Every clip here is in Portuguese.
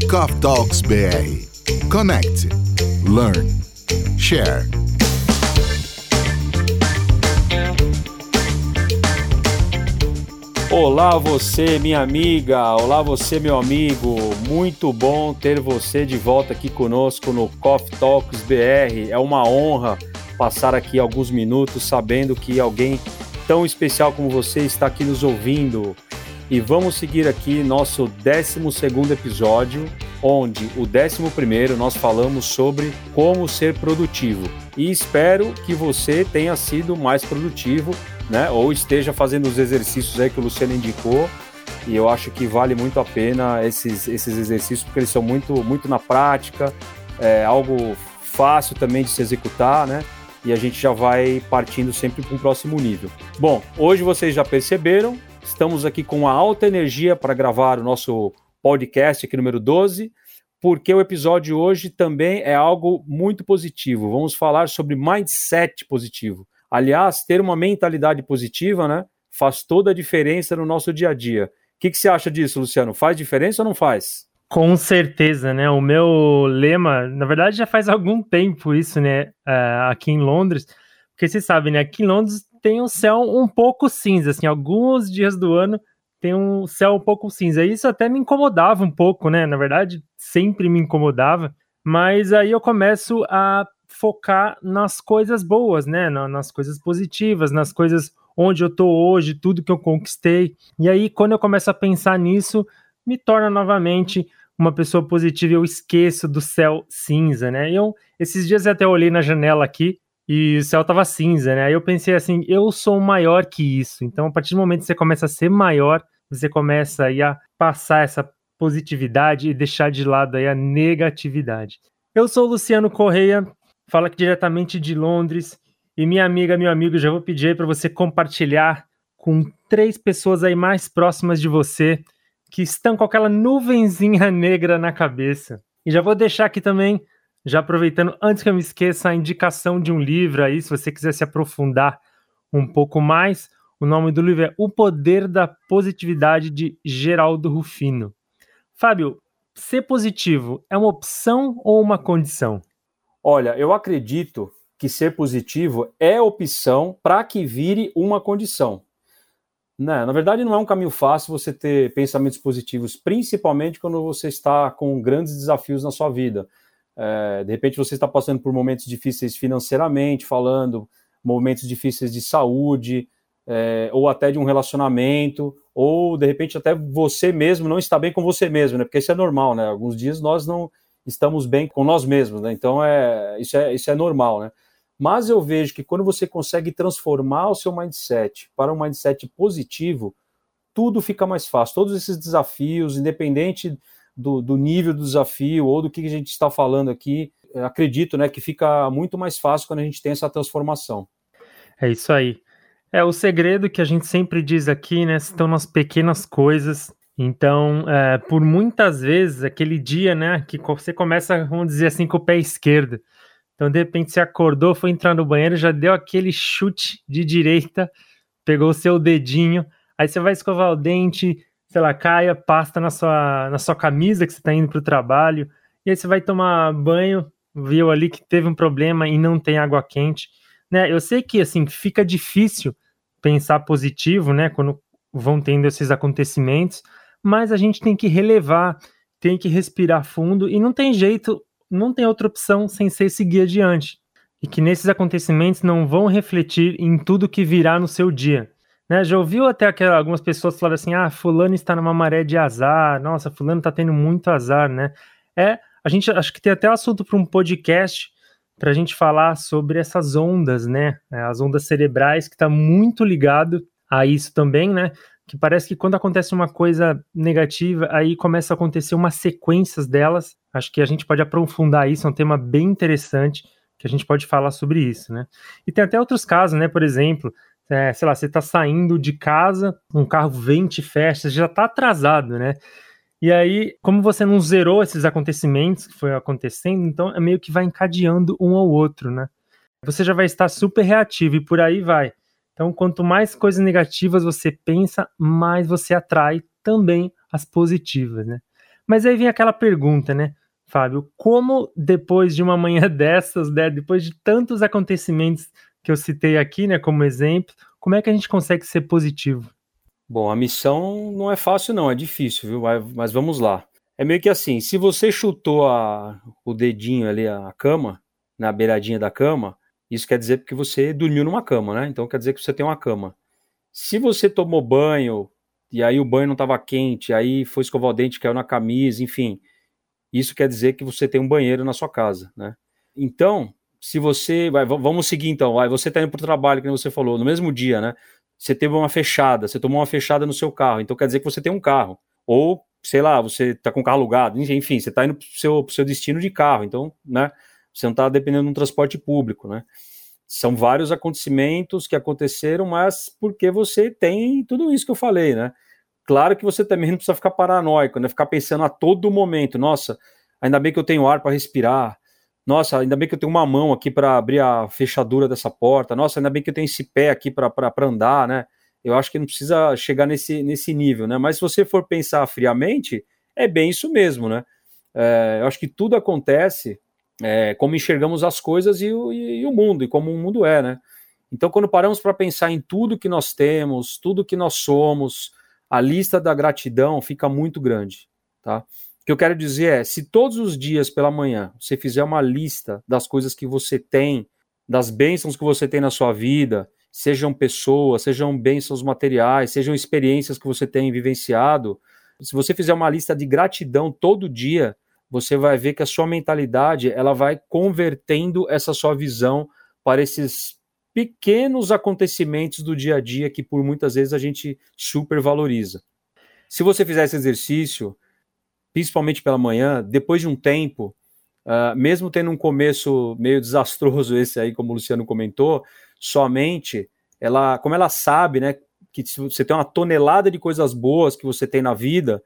Coffee Talks BR. Connect, learn, share. Olá você, minha amiga, olá você, meu amigo, muito bom ter você de volta aqui conosco no Coffee Talks BR. É uma honra passar aqui alguns minutos sabendo que alguém tão especial como você está aqui nos ouvindo. E vamos seguir aqui nosso 12º episódio, onde o 11º nós falamos sobre como ser produtivo. E espero que você tenha sido mais produtivo, né? Ou esteja fazendo os exercícios aí que o Luciano indicou. E eu acho que vale muito a pena esses exercícios, porque eles são muito na prática, algo fácil também de se executar, né? E a gente já vai partindo sempre para um próximo nível. Bom, hoje vocês já perceberam, estamos aqui com a alta energia para gravar o nosso podcast aqui número 12, porque o episódio de hoje também é algo muito positivo. Vamos falar sobre mindset positivo. Aliás, ter uma mentalidade positiva, né, faz toda a diferença no nosso dia a dia. O que você acha disso, Luciano? Faz diferença ou não faz? Com certeza, né? O meu lema, na verdade, já faz algum tempo isso, né? Aqui em Londres, porque você sabe, né? Aqui em Londres tem um céu um pouco cinza, assim, alguns dias do ano tem um céu um pouco cinza. E isso até me incomodava um pouco, né? Na verdade, sempre me incomodava, mas aí eu começo a focar nas coisas boas, né? Nas coisas positivas, nas coisas onde eu tô hoje, tudo que eu conquistei. E aí, quando eu começo a pensar nisso, me torna novamente uma pessoa positiva. Eu esqueço do céu cinza, né? Esses dias eu até olhei na janela aqui e o céu tava cinza, né? Aí eu pensei assim, eu sou maior que isso. Então, a partir do momento que você começa a ser maior, você começa aí a passar essa positividade e deixar de lado aí a negatividade. Eu sou o Luciano Correia, falo aqui diretamente de Londres, e minha amiga, meu amigo, já vou pedir aí para você compartilhar com 3 pessoas aí mais próximas de você, que estão com aquela nuvenzinha negra na cabeça. E já vou deixar aqui também, já aproveitando, antes que eu me esqueça, a indicação de um livro aí, se você quiser se aprofundar um pouco mais. O nome do livro é O Poder da Positividade, de Geraldo Rufino. Fábio, ser positivo é uma opção ou uma condição? Olha, eu acredito que ser positivo é opção para que vire uma condição. Né? Na verdade, não é um caminho fácil você ter pensamentos positivos, principalmente quando você está com grandes desafios na sua vida. De repente você está passando por momentos difíceis financeiramente falando, momentos difíceis de saúde, ou até de um relacionamento, ou de repente até você mesmo não está bem com você mesmo, né? Porque isso é normal, né? Alguns dias nós não estamos bem com nós mesmos, né? Então isso é normal, né? Mas eu vejo que quando você consegue transformar o seu mindset para um mindset positivo, tudo fica mais fácil. Todos esses desafios, independente do nível do desafio ou do que a gente está falando aqui, acredito, né, que fica muito mais fácil quando a gente tem essa transformação. É isso aí. O segredo que a gente sempre diz aqui, né, estão nas pequenas coisas. Então, por muitas vezes, aquele dia, né, que você começa, vamos dizer assim, com o pé esquerdo. Então, de repente, você acordou, foi entrar no banheiro, já deu aquele chute de direita, pegou o seu dedinho, aí você vai escovar o dente, sei lá, cai a pasta na sua camisa que você está indo para o trabalho, e aí você vai tomar banho, viu ali que teve um problema e não tem água quente, né? Eu sei que, assim, fica difícil pensar positivo, né, quando vão tendo esses acontecimentos, mas a gente tem que relevar, tem que respirar fundo, e não tem jeito, não tem outra opção sem ser seguir adiante. E que nesses acontecimentos não vão refletir em tudo que virá no seu dia. Né? Já ouviu até algumas pessoas falarem assim, fulano está numa maré de azar, nossa, fulano está tendo muito azar, né? A gente acho que tem até assunto para um podcast para a gente falar sobre essas ondas, né? As ondas cerebrais, que está muito ligado a isso também, né? Que parece que quando acontece uma coisa negativa, aí começa a acontecer umas sequências delas. Acho que a gente pode aprofundar isso, é um tema bem interessante, que a gente pode falar sobre isso, né? E tem até outros casos, né? Por exemplo, sei lá, você está saindo de casa, um carro vem, te fecha, já está atrasado, né? E aí, como você não zerou esses acontecimentos que foi acontecendo, então é meio que vai encadeando um ao outro, né? Você já vai estar super reativo e por aí vai. Então, quanto mais coisas negativas você pensa, mais você atrai também as positivas, né? Mas aí vem aquela pergunta, né, Fábio, como depois de uma manhã dessas, né, depois de tantos acontecimentos que eu citei aqui, né, como exemplo, como é que a gente consegue ser positivo? Bom, a missão não é fácil, não, é difícil, viu? Mas vamos lá. É meio que assim, se você chutou o dedinho ali, a cama, na beiradinha da cama, isso quer dizer que você dormiu numa cama, né? Então quer dizer que você tem uma cama. Se você tomou banho, e aí o banho não estava quente, aí foi escovar o dente, caiu na camisa, enfim, isso quer dizer que você tem um banheiro na sua casa, né? Então, se você. Vamos seguir então. Você está indo para o trabalho, como você falou, no mesmo dia, né? Você teve uma fechada, você tomou uma fechada no seu carro, então quer dizer que você tem um carro. Ou, sei lá, você está com o carro alugado, enfim, você está indo para o seu destino de carro, então, né? Você não está dependendo de um transporte público, né? São vários acontecimentos que aconteceram, mas porque você tem tudo isso que eu falei, né? Claro que você também não precisa ficar paranoico, né? Ficar pensando a todo momento, nossa, ainda bem que eu tenho ar para respirar, nossa, ainda bem que eu tenho uma mão aqui para abrir a fechadura dessa porta, nossa, ainda bem que eu tenho esse pé aqui para andar, né? Eu acho que não precisa chegar nesse nível, né? Mas se você for pensar friamente, é bem isso mesmo, né? Eu acho que tudo acontece como enxergamos as coisas e o mundo, e como o mundo é, né? Então, quando paramos para pensar em tudo que nós temos, tudo que nós somos, a lista da gratidão fica muito grande, tá? O que eu quero dizer é, se todos os dias pela manhã você fizer uma lista das coisas que você tem, das bênçãos que você tem na sua vida, sejam pessoas, sejam bênçãos materiais, sejam experiências que você tem vivenciado, se você fizer uma lista de gratidão todo dia, você vai ver que a sua mentalidade, ela vai convertendo essa sua visão para esses pequenos acontecimentos do dia a dia que por muitas vezes a gente supervaloriza. Se você fizer esse exercício, principalmente pela manhã, depois de um tempo, mesmo tendo um começo meio desastroso esse aí, como o Luciano comentou, sua mente, como ela sabe, né, que se você tem uma tonelada de coisas boas que você tem na vida,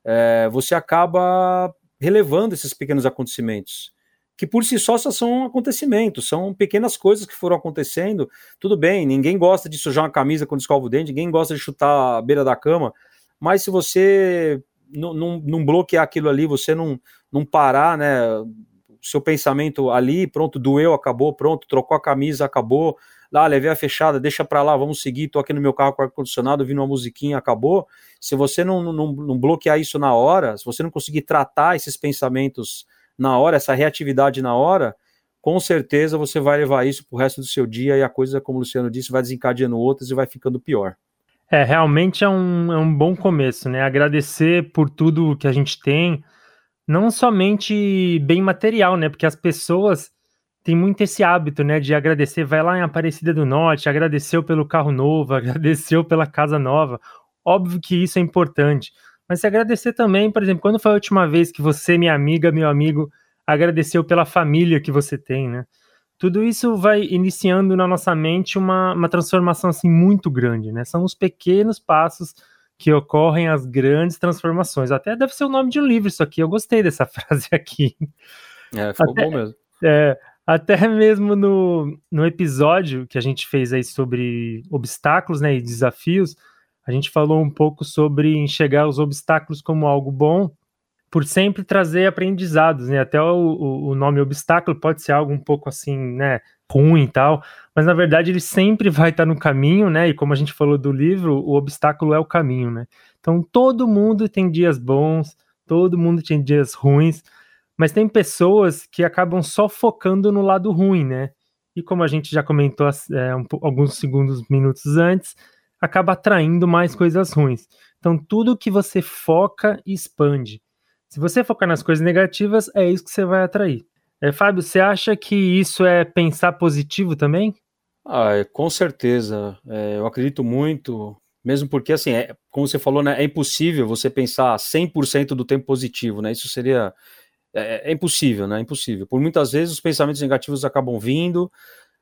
você acaba relevando esses pequenos acontecimentos, que por si só são acontecimentos, são pequenas coisas que foram acontecendo. Tudo bem, ninguém gosta de sujar uma camisa quando escova o dente, ninguém gosta de chutar a beira da cama, mas se você não bloquear aquilo ali, você não parar, né, seu pensamento ali, pronto, doeu, acabou, pronto, trocou a camisa, acabou, levei a fechada, deixa pra lá, vamos seguir, tô aqui no meu carro com ar-condicionado, ouvindo uma musiquinha, acabou. Se você não bloquear isso na hora, se você não conseguir tratar esses pensamentos na hora, essa reatividade na hora, com certeza você vai levar isso pro resto do seu dia e a coisa, como o Luciano disse, vai desencadeando outras e vai ficando pior. Realmente é um bom começo, né? Agradecer por tudo que a gente tem, não somente bem material, né? Porque as pessoas têm muito esse hábito, né? De agradecer, vai lá em Aparecida do Norte, agradeceu pelo carro novo, agradeceu pela casa nova. Óbvio que isso é importante, mas se agradecer também, por exemplo, quando foi a última vez que você, minha amiga, meu amigo, agradeceu pela família que você tem, né? Tudo isso vai iniciando na nossa mente uma transformação assim muito grande, né? São os pequenos passos que ocorrem as grandes transformações. Até deve ser o nome de um livro isso aqui, eu gostei dessa frase aqui. Ficou bom mesmo. Até mesmo no episódio que a gente fez aí sobre obstáculos, né, e desafios, a gente falou um pouco sobre enxergar os obstáculos como algo bom, por sempre trazer aprendizados, né? Até o nome obstáculo pode ser algo um pouco assim, né, ruim e tal, mas na verdade ele sempre vai estar no caminho, né? E como a gente falou do livro, o obstáculo é o caminho, né? Então todo mundo tem dias bons, todo mundo tem dias ruins, mas tem pessoas que acabam só focando no lado ruim, né? E como a gente já comentou alguns minutos antes, acaba atraindo mais coisas ruins. Então tudo que você foca expande. Se você focar nas coisas negativas, é isso que você vai atrair. Fábio, você acha que isso é pensar positivo também? Com certeza. Eu acredito muito, mesmo porque, assim, como você falou, né, é impossível você pensar 100% do tempo positivo, né? Isso seria... É impossível, né? É impossível. Por muitas vezes os pensamentos negativos acabam vindo.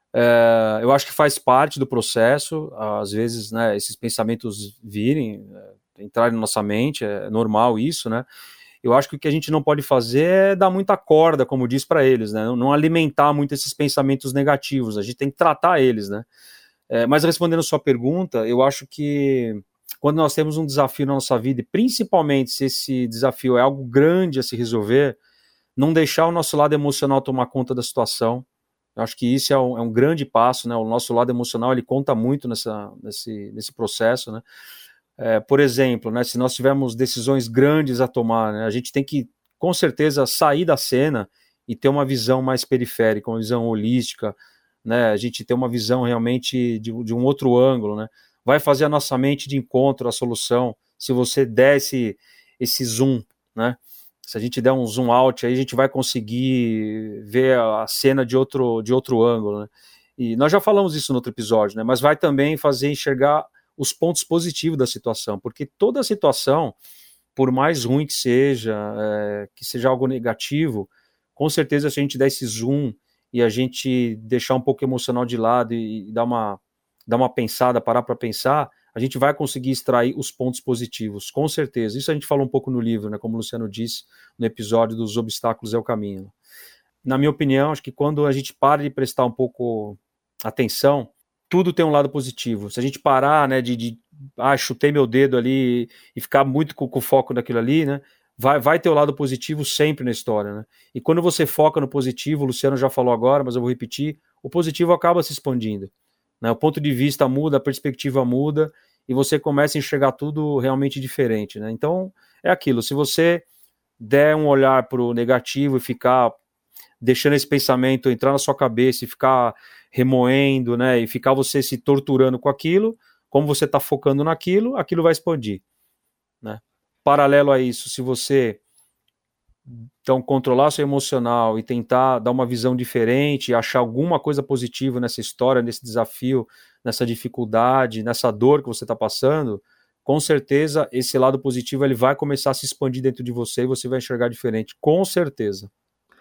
Eu acho que faz parte do processo. Às vezes, né, esses pensamentos virem, entrarem na nossa mente, é normal isso, né? Eu acho que o que a gente não pode fazer é dar muita corda, como diz, para eles, né? Não alimentar muito esses pensamentos negativos. A gente tem que tratar eles, né? Mas respondendo a sua pergunta, eu acho que quando nós temos um desafio na nossa vida, e principalmente se esse desafio é algo grande a se resolver, não deixar o nosso lado emocional tomar conta da situação. Eu acho que isso é um grande passo, né? O nosso lado emocional, ele conta muito nesse processo, né? Por exemplo, né, se nós tivermos decisões grandes a tomar, né, a gente tem que, com certeza, sair da cena e ter uma visão mais periférica, uma visão holística, né? A gente ter uma visão realmente de um outro ângulo, né? Vai fazer a nossa mente de encontro à solução, se você der esse zoom, né? Se a gente der um zoom out, aí a gente vai conseguir ver a cena de outro ângulo, né? E nós já falamos isso no outro episódio, né? Mas vai também fazer enxergar os pontos positivos da situação, porque toda situação, por mais ruim que seja algo negativo, com certeza se a gente der esse zoom e a gente deixar um pouco emocional de lado e dar uma pensada, parar para pensar, a gente vai conseguir extrair os pontos positivos, com certeza. Isso a gente falou um pouco no livro, né, como o Luciano disse, no episódio dos obstáculos é o caminho. Na minha opinião, acho que quando a gente para de prestar um pouco atenção, tudo tem um lado positivo. Se a gente parar, né, chutei meu dedo ali e ficar muito com o foco naquilo ali, né, vai ter o lado positivo sempre na história, né? E quando você foca no positivo, o Luciano já falou agora, mas eu vou repetir, o positivo acaba se expandindo, né? O ponto de vista muda, a perspectiva muda e você começa a enxergar tudo realmente diferente, né? Então, é aquilo, se você der um olhar para o negativo e ficar deixando esse pensamento entrar na sua cabeça e ficar remoendo, né, e ficar você se torturando com aquilo, como você está focando naquilo, aquilo vai expandir, né? Paralelo a isso, se você então controlar seu emocional e tentar dar uma visão diferente, achar alguma coisa positiva nessa história, nesse desafio, nessa dificuldade, nessa dor que você está passando, com certeza esse lado positivo ele vai começar a se expandir dentro de você e você vai enxergar diferente, com certeza.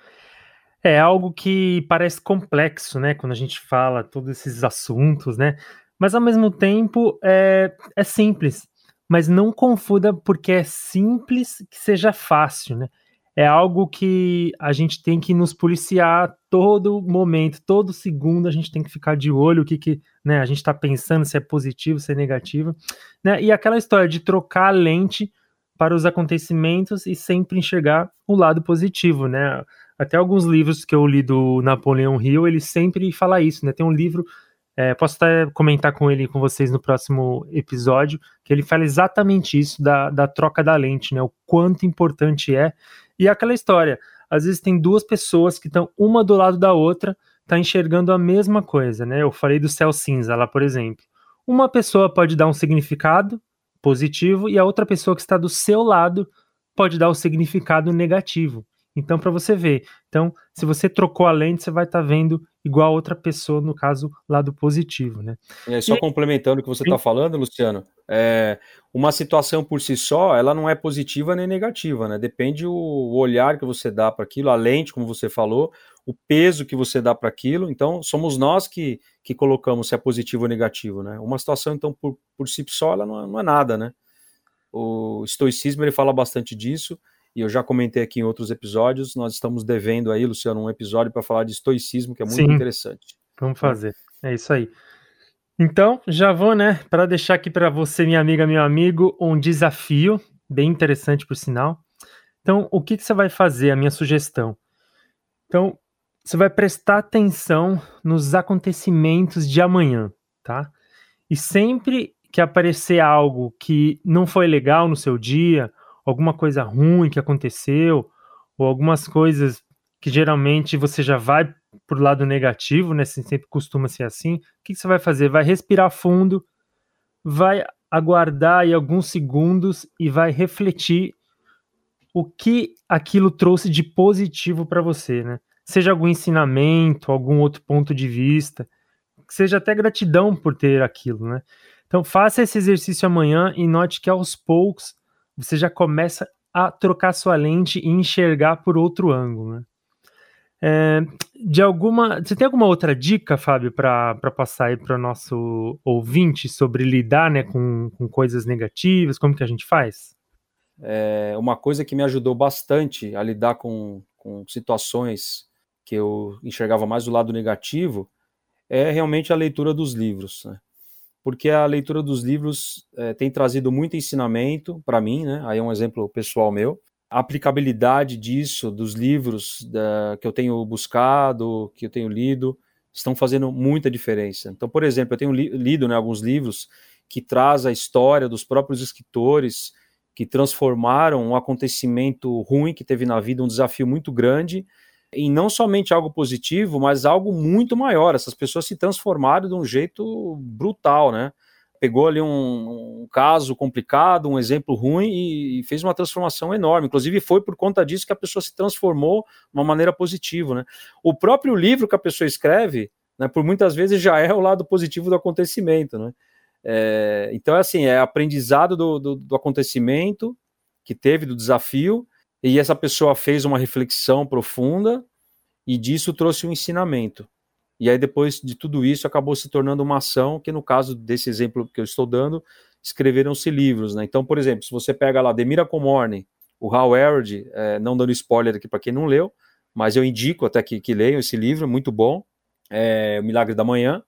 É algo que parece complexo, né, quando a gente fala todos esses assuntos, né, mas ao mesmo tempo é simples, mas não confunda porque é simples que seja fácil, né. É algo que a gente tem que nos policiar todo momento, todo segundo a gente tem que ficar de olho o que, né, a gente está pensando, se é positivo, se é negativo, né, e aquela história de trocar a lente para os acontecimentos e sempre enxergar o lado positivo, né. Até alguns livros que eu li do Napoleão Hill, ele sempre fala isso, né? Tem um livro, posso até comentar com vocês no próximo episódio, que ele fala exatamente isso, da troca da lente, né? O quanto importante é. E aquela história, às vezes tem duas pessoas que estão uma do lado da outra, tá enxergando a mesma coisa, né? Eu falei do céu cinza lá, por exemplo. Uma pessoa pode dar um significado positivo e a outra pessoa que está do seu lado pode dar o significado negativo. Então, para você ver. Então, se você trocou a lente, você vai estar vendo igual a outra pessoa, no caso, lado positivo, né? E aí, só complementando o que você está falando, Luciano, uma situação por si só, ela não é positiva nem negativa, né? Depende o olhar que você dá para aquilo, a lente, como você falou, o peso que você dá para aquilo. Então, somos nós que colocamos se é positivo ou negativo, né? Uma situação, então, por si só, ela não é nada, né? O estoicismo, ele fala bastante disso, e eu já comentei aqui em outros episódios, nós estamos devendo aí, Luciano, um episódio para falar de estoicismo, que é muito interessante. Vamos fazer. É isso aí. Então, já vou, né, para deixar aqui para você, minha amiga, meu amigo, um desafio, bem interessante por sinal. Então, o que você vai fazer? A minha sugestão. Então, você vai prestar atenção nos acontecimentos de amanhã, tá? E sempre que aparecer algo que não foi legal no seu dia, alguma coisa ruim que aconteceu, ou algumas coisas que geralmente você já vai pro lado negativo, né? Sempre costuma ser assim. O que você vai fazer? Vai respirar fundo, vai aguardar aí alguns segundos e vai refletir o que aquilo trouxe de positivo para você, né? Seja algum ensinamento, algum outro ponto de vista, seja até gratidão por ter aquilo, né? Então faça esse exercício amanhã e note que aos poucos você já começa a trocar sua lente e enxergar por outro ângulo, né? Você tem alguma outra dica, Fábio, para passar aí para o nosso ouvinte sobre lidar, né, com coisas negativas, como que a gente faz? Uma coisa que me ajudou bastante a lidar com situações que eu enxergava mais do lado negativo é realmente a leitura dos livros, né? porque a leitura dos livros tem trazido muito ensinamento para mim, né? Aí é um exemplo pessoal meu. A aplicabilidade disso, dos livros que eu tenho buscado, que eu tenho lido, estão fazendo muita diferença. Então, por exemplo, eu tenho lido, né, alguns livros que trazem a história dos próprios escritores que transformaram um acontecimento ruim que teve na vida, um desafio muito grande, em não somente algo positivo, mas algo muito maior. Essas pessoas se transformaram de um jeito brutal, né? Pegou ali um caso complicado, um exemplo ruim e fez uma transformação enorme. Inclusive foi por conta disso que a pessoa se transformou de uma maneira positiva, né? O próprio livro que a pessoa escreve, né, por muitas vezes já é o lado positivo do acontecimento, né? Então é assim, é aprendizado do acontecimento que teve, do desafio, e essa pessoa fez uma reflexão profunda e disso trouxe um ensinamento. E aí depois de tudo isso acabou se tornando uma ação que, no caso desse exemplo que eu estou dando, escreveram-se livros, né? Então, por exemplo, se você pega lá The Miracle Morning, o Hal Elrod, não dando spoiler aqui para quem não leu, mas eu indico até que leiam esse livro, é muito bom, O Milagre da Manhã.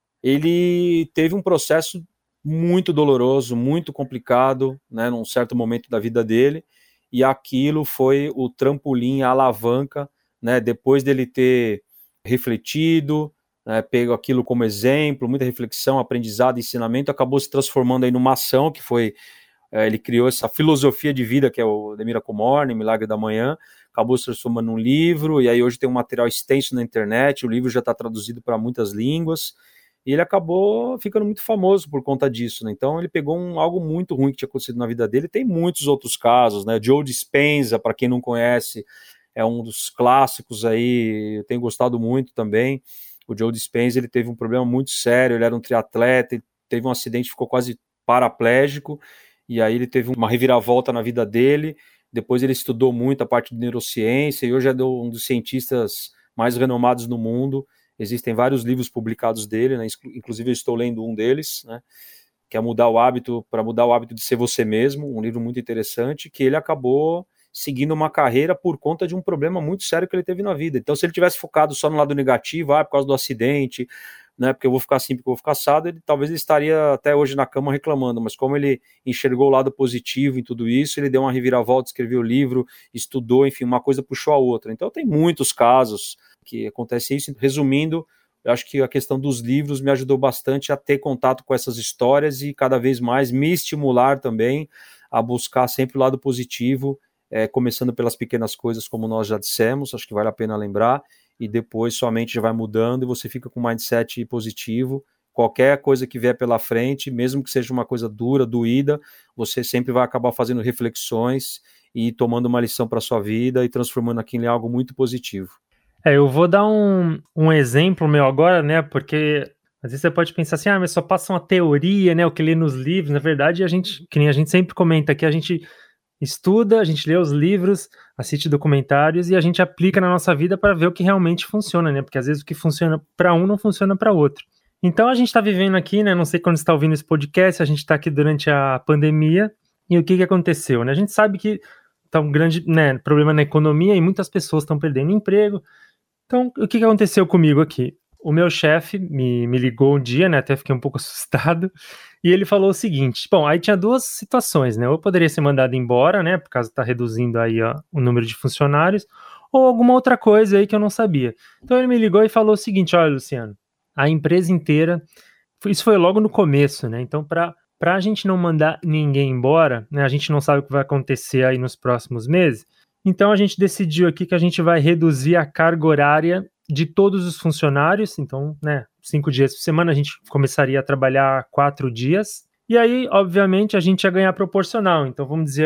Ele teve um processo muito doloroso, muito complicado, né, num certo momento da vida dele, e aquilo foi o trampolim, a alavanca, né, depois dele ter refletido, né, pego aquilo como exemplo, muita reflexão, aprendizado, ensinamento, acabou se transformando aí numa ação que foi, ele criou essa filosofia de vida que é o The Miracle Morning, Milagre da Manhã, acabou se transformando num livro, e aí hoje tem um material extenso na internet, o livro já está traduzido para muitas línguas, e ele acabou ficando muito famoso por conta disso, né? Então ele pegou algo muito ruim que tinha acontecido na vida dele. Tem muitos outros casos, né? Joe Dispenza, para quem não conhece, é um dos clássicos aí, eu tenho gostado muito também. O Joe Dispenza, ele teve um problema muito sério, ele era um triatleta, ele teve um acidente, ficou quase paraplégico, e aí ele teve uma reviravolta na vida dele. Depois ele estudou muito a parte de neurociência, e hoje é um dos cientistas mais renomados no mundo. Existem vários livros publicados dele, né? Inclusive eu estou lendo um deles, né? Que é mudar o hábito de ser você mesmo, um livro muito interessante, que ele acabou seguindo uma carreira por conta de um problema muito sério que ele teve na vida. Então, se ele tivesse focado só no lado negativo, por causa do acidente, né, porque eu vou ficar assim, porque eu vou ficar assado, talvez ele estaria até hoje na cama reclamando, mas como ele enxergou o lado positivo em tudo isso, ele deu uma reviravolta, escreveu o livro, estudou, enfim, uma coisa puxou a outra. Então, tem muitos casos que acontece isso. Resumindo, eu acho que a questão dos livros me ajudou bastante a ter contato com essas histórias e cada vez mais me estimular também a buscar sempre o lado positivo, começando pelas pequenas coisas, como nós já dissemos, acho que vale a pena lembrar, e depois sua mente já vai mudando e você fica com um mindset positivo. Qualquer coisa que vier pela frente, mesmo que seja uma coisa dura, doída, você sempre vai acabar fazendo reflexões e tomando uma lição para a sua vida e transformando aquilo em algo muito positivo. Eu vou dar um exemplo meu agora, né, porque às vezes você pode pensar assim, mas só passa uma teoria, né, o que lê nos livros. Na verdade, que nem a gente sempre comenta aqui, a gente estuda, a gente lê os livros, assiste documentários e a gente aplica na nossa vida para ver o que realmente funciona, né, porque às vezes o que funciona para um não funciona para outro. Então a gente está vivendo aqui, né, não sei quando você está ouvindo esse podcast, a gente está aqui durante a pandemia, e o que aconteceu, né, a gente sabe que está um grande, né, problema na economia e muitas pessoas estão perdendo emprego. Então, o que aconteceu comigo aqui? O meu chefe me ligou um dia, né, até fiquei um pouco assustado, e ele falou o seguinte, bom, aí tinha duas situações, né, ou eu poderia ser mandado embora, né, por causa de estar reduzindo aí o número de funcionários, ou alguma outra coisa aí que eu não sabia. Então ele me ligou e falou o seguinte, olha, Luciano, a empresa inteira, isso foi logo no começo, né, então para a gente não mandar ninguém embora, né, a gente não sabe o que vai acontecer aí nos próximos meses, então a gente decidiu aqui que a gente vai reduzir a carga horária de todos os funcionários, então, né, 5 dias por semana, a gente começaria a trabalhar 4 dias, e aí, obviamente, a gente ia ganhar proporcional, então vamos dizer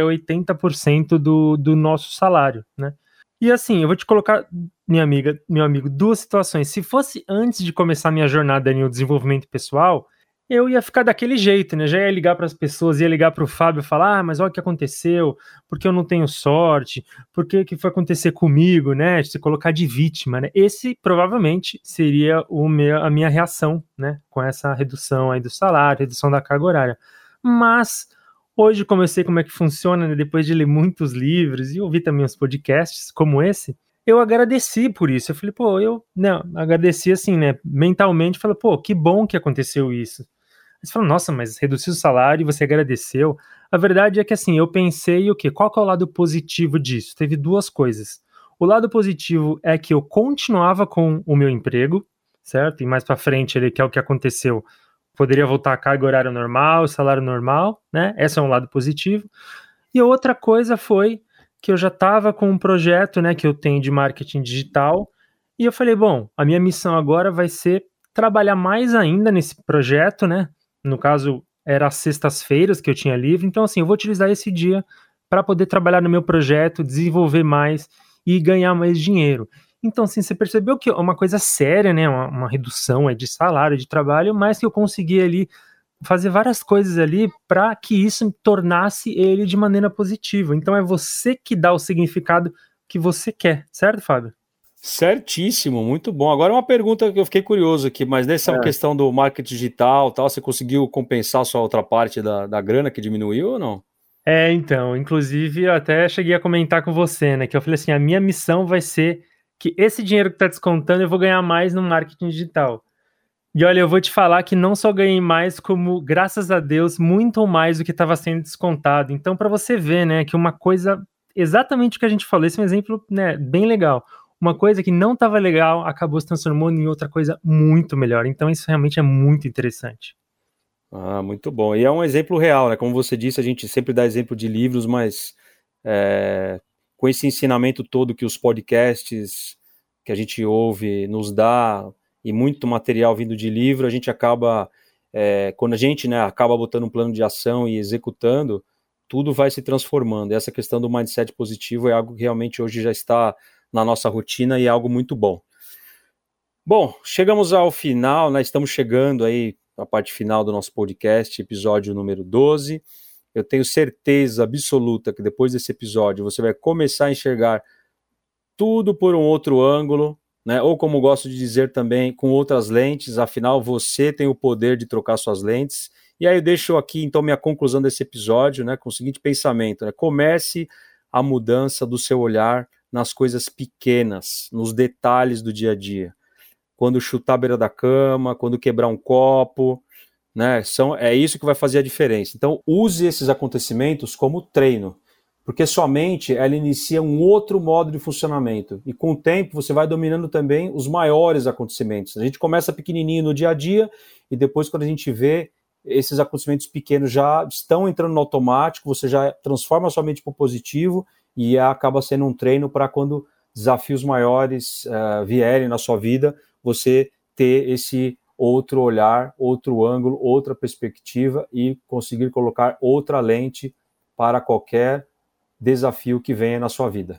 80% do nosso salário, né. E assim, eu vou te colocar, minha amiga, meu amigo, duas situações. Se fosse antes de começar minha jornada no desenvolvimento pessoal, eu ia ficar daquele jeito, né? Já ia ligar para as pessoas, ia ligar para o Fábio e falar, mas olha o que aconteceu, porque eu não tenho sorte, por que foi acontecer comigo, né? Se colocar de vítima, né? Esse provavelmente seria a minha reação, né? Com essa redução aí do salário, redução da carga horária. Mas hoje, como eu sei como é que funciona, né? Depois de ler muitos livros e ouvir também os podcasts como esse, eu agradeci por isso. Eu falei, eu agradeci assim, né? Mentalmente, falei, que bom que aconteceu isso. Você fala, nossa, mas reduziu o salário e você agradeceu. A verdade é que assim, eu pensei o quê? Qual que é o lado positivo disso? Teve duas coisas. O lado positivo é que eu continuava com o meu emprego, certo? E mais para frente, que é o que aconteceu, poderia voltar a carga horária normal, salário normal, né? Esse é um lado positivo. E a outra coisa foi que eu já estava com um projeto, né, que eu tenho de marketing digital, e eu falei, bom, a minha missão agora vai ser trabalhar mais ainda nesse projeto, né? No caso, era às sextas-feiras que eu tinha livre, então assim, eu vou utilizar esse dia para poder trabalhar no meu projeto, desenvolver mais e ganhar mais dinheiro. Então, assim, você percebeu que é uma coisa séria, né? Uma redução de salário, de trabalho, mas que eu consegui ali fazer várias coisas ali para que isso tornasse ele de maneira positiva. Então é você que dá o significado que você quer, certo, Fábio? Certíssimo, muito bom. Agora uma pergunta que eu fiquei curioso aqui, mas nessa questão do marketing digital, tal, você conseguiu compensar a sua outra parte da grana que diminuiu ou não? Então, inclusive eu até cheguei a comentar com você, né, que eu falei assim, a minha missão vai ser que esse dinheiro que está descontando eu vou ganhar mais no marketing digital. E olha, eu vou te falar que não só ganhei mais, como, graças a Deus, muito mais do que estava sendo descontado. Então, para você ver, né, que uma coisa, exatamente o que a gente falou, esse é um exemplo, né, bem legal. Uma coisa que não estava legal acabou se transformando em outra coisa muito melhor. Então, isso realmente é muito interessante. Ah, muito bom. E é um exemplo real, né? Como você disse, a gente sempre dá exemplo de livros, mas com esse ensinamento todo que os podcasts que a gente ouve nos dá, e muito material vindo de livro, a gente acaba, quando a gente, né, acaba botando um plano de ação e executando, tudo vai se transformando. E essa questão do mindset positivo é algo que realmente hoje já está na nossa rotina e é algo muito bom. Bom, chegamos ao final, né, estamos chegando aí na parte final do nosso podcast, episódio número 12. Eu tenho certeza absoluta que depois desse episódio você vai começar a enxergar tudo por um outro ângulo, né? Ou como gosto de dizer também, com outras lentes, afinal você tem o poder de trocar suas lentes. E aí eu deixo aqui então minha conclusão desse episódio, né, com o seguinte pensamento, né? Comece a mudança do seu olhar nas coisas pequenas, nos detalhes do dia a dia. Quando chutar a beira da cama, quando quebrar um copo, né? É isso que vai fazer a diferença. Então use esses acontecimentos como treino, porque sua mente ela inicia um outro modo de funcionamento, e com o tempo você vai dominando também os maiores acontecimentos. A gente começa pequenininho no dia a dia, e depois quando a gente vê, esses acontecimentos pequenos já estão entrando no automático, você já transforma a sua mente para o positivo, e acaba sendo um treino para quando desafios maiores vierem na sua vida, você ter esse outro olhar, outro ângulo, outra perspectiva, e conseguir colocar outra lente para qualquer desafio que venha na sua vida.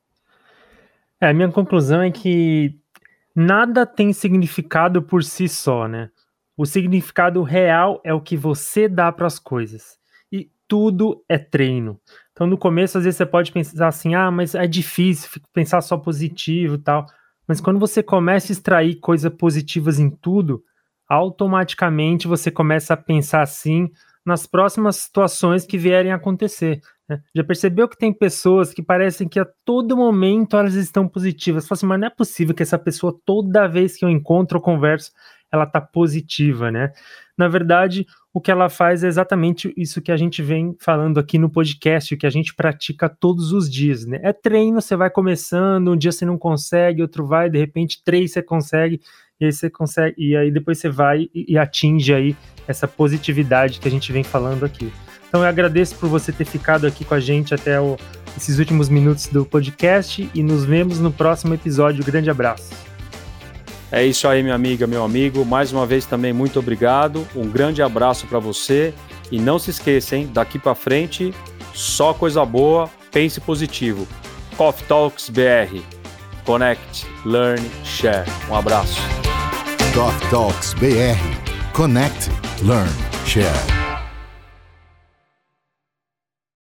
A minha conclusão é que nada tem significado por si só, né? O significado real é o que você dá para as coisas. E tudo é treino. Então, no começo, às vezes você pode pensar assim, mas é difícil pensar só positivo e tal. Mas quando você começa a extrair coisas positivas em tudo, automaticamente você começa a pensar assim nas próximas situações que vierem a acontecer. Né? Já percebeu que tem pessoas que parecem que a todo momento elas estão positivas? Você fala assim, mas não é possível que essa pessoa, toda vez que eu encontro ou converso, ela está positiva, né? Na verdade, o que ela faz é exatamente isso que a gente vem falando aqui no podcast, o que a gente pratica todos os dias, né? É treino, você vai começando, um dia você não consegue, outro vai, de repente 3 você consegue, e aí você consegue, e aí depois você vai e atinge aí essa positividade que a gente vem falando aqui. Então eu agradeço por você ter ficado aqui com a gente até esses últimos minutos do podcast, e nos vemos no próximo episódio. Grande abraço. É isso aí, minha amiga, meu amigo. Mais uma vez também muito obrigado. Um grande abraço para você. E não se esqueça, hein? Daqui para frente, só coisa boa. Pense positivo. Coffee Talks BR. Connect, Learn, Share. Um abraço. Coffee Talks BR. Connect, Learn, Share.